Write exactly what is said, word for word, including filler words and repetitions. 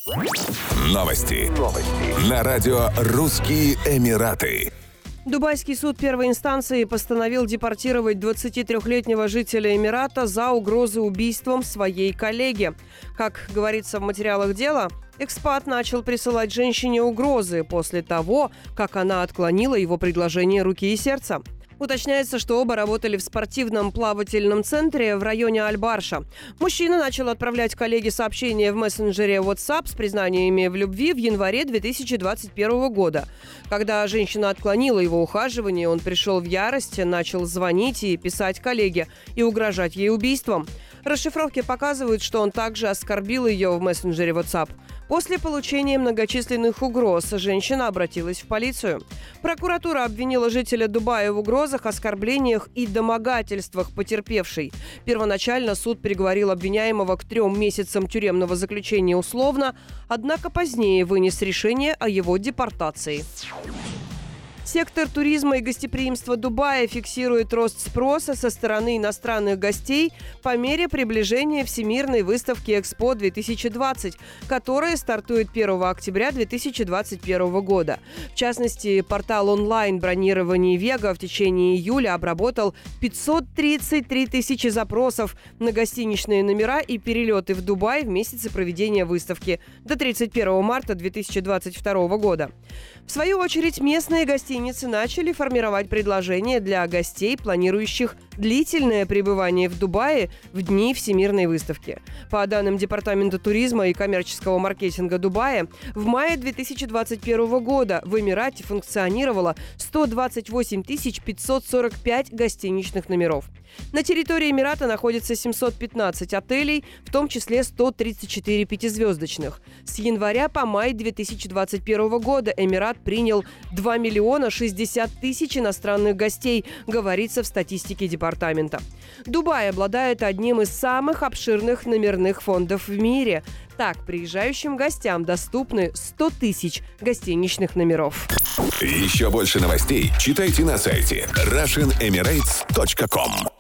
Новости. Новости. На радио «Русские Эмираты». Дубайский суд первой инстанции постановил депортировать двадцатитрёхлетнего жителя Эмирата за угрозы убийством своей коллеги. Как говорится в материалах дела, экспат начал присылать женщине угрозы после того, как она отклонила его предложение руки и сердца. Уточняется, что оба работали в спортивном плавательном центре в районе Аль-Барша. Мужчина начал отправлять коллеге сообщения в мессенджере WhatsApp с признаниями в любви в январе две тысячи двадцать первого года. Когда женщина отклонила его ухаживание, он пришел в ярость, начал звонить и писать коллеге и угрожать ей убийством. Расшифровки показывают, что он также оскорбил ее в мессенджере WhatsApp. После получения многочисленных угроз женщина обратилась в полицию. Прокуратура обвинила жителя Дубая в угрозах, оскорблениях и домогательствах потерпевшей. Первоначально суд приговорил обвиняемого к трем месяцам тюремного заключения условно, однако позднее вынес решение о его депортации. Сектор туризма и гостеприимства Дубая фиксирует рост спроса со стороны иностранных гостей по мере приближения Всемирной выставки Экспо-две тысячи двадцать, которая стартует первого октября две тысячи двадцать первого года. В частности, портал онлайн-бронирования Вега в течение июля обработал пятьсот тридцать три тысячи запросов на гостиничные номера и перелеты в Дубай в месяцы проведения выставки до тридцать первого марта две тысячи двадцать второго года. В свою очередь, местные гостиницы начали формировать предложения для гостей, планирующих длительное пребывание в Дубае в дни Всемирной выставки. По данным Департамента туризма и коммерческого маркетинга Дубая, в мае две тысячи двадцать первого года в Эмирате функционировало сто двадцать восемь тысяч пятьсот сорок пять гостиничных номеров. На территории Эмирата находится семьсот пятнадцать отелей, в том числе сто тридцать четыре пятизвездочных. С января по май две тысячи двадцать первого года Эмират принял два миллиона шестьдесят тысяч иностранных гостей, говорится в статистике департамента. Дубай обладает одним из самых обширных номерных фондов в мире. Так, приезжающим гостям доступны сто тысяч гостиничных номеров. Еще больше новостей читайте на сайте Russian Emirates точка ком.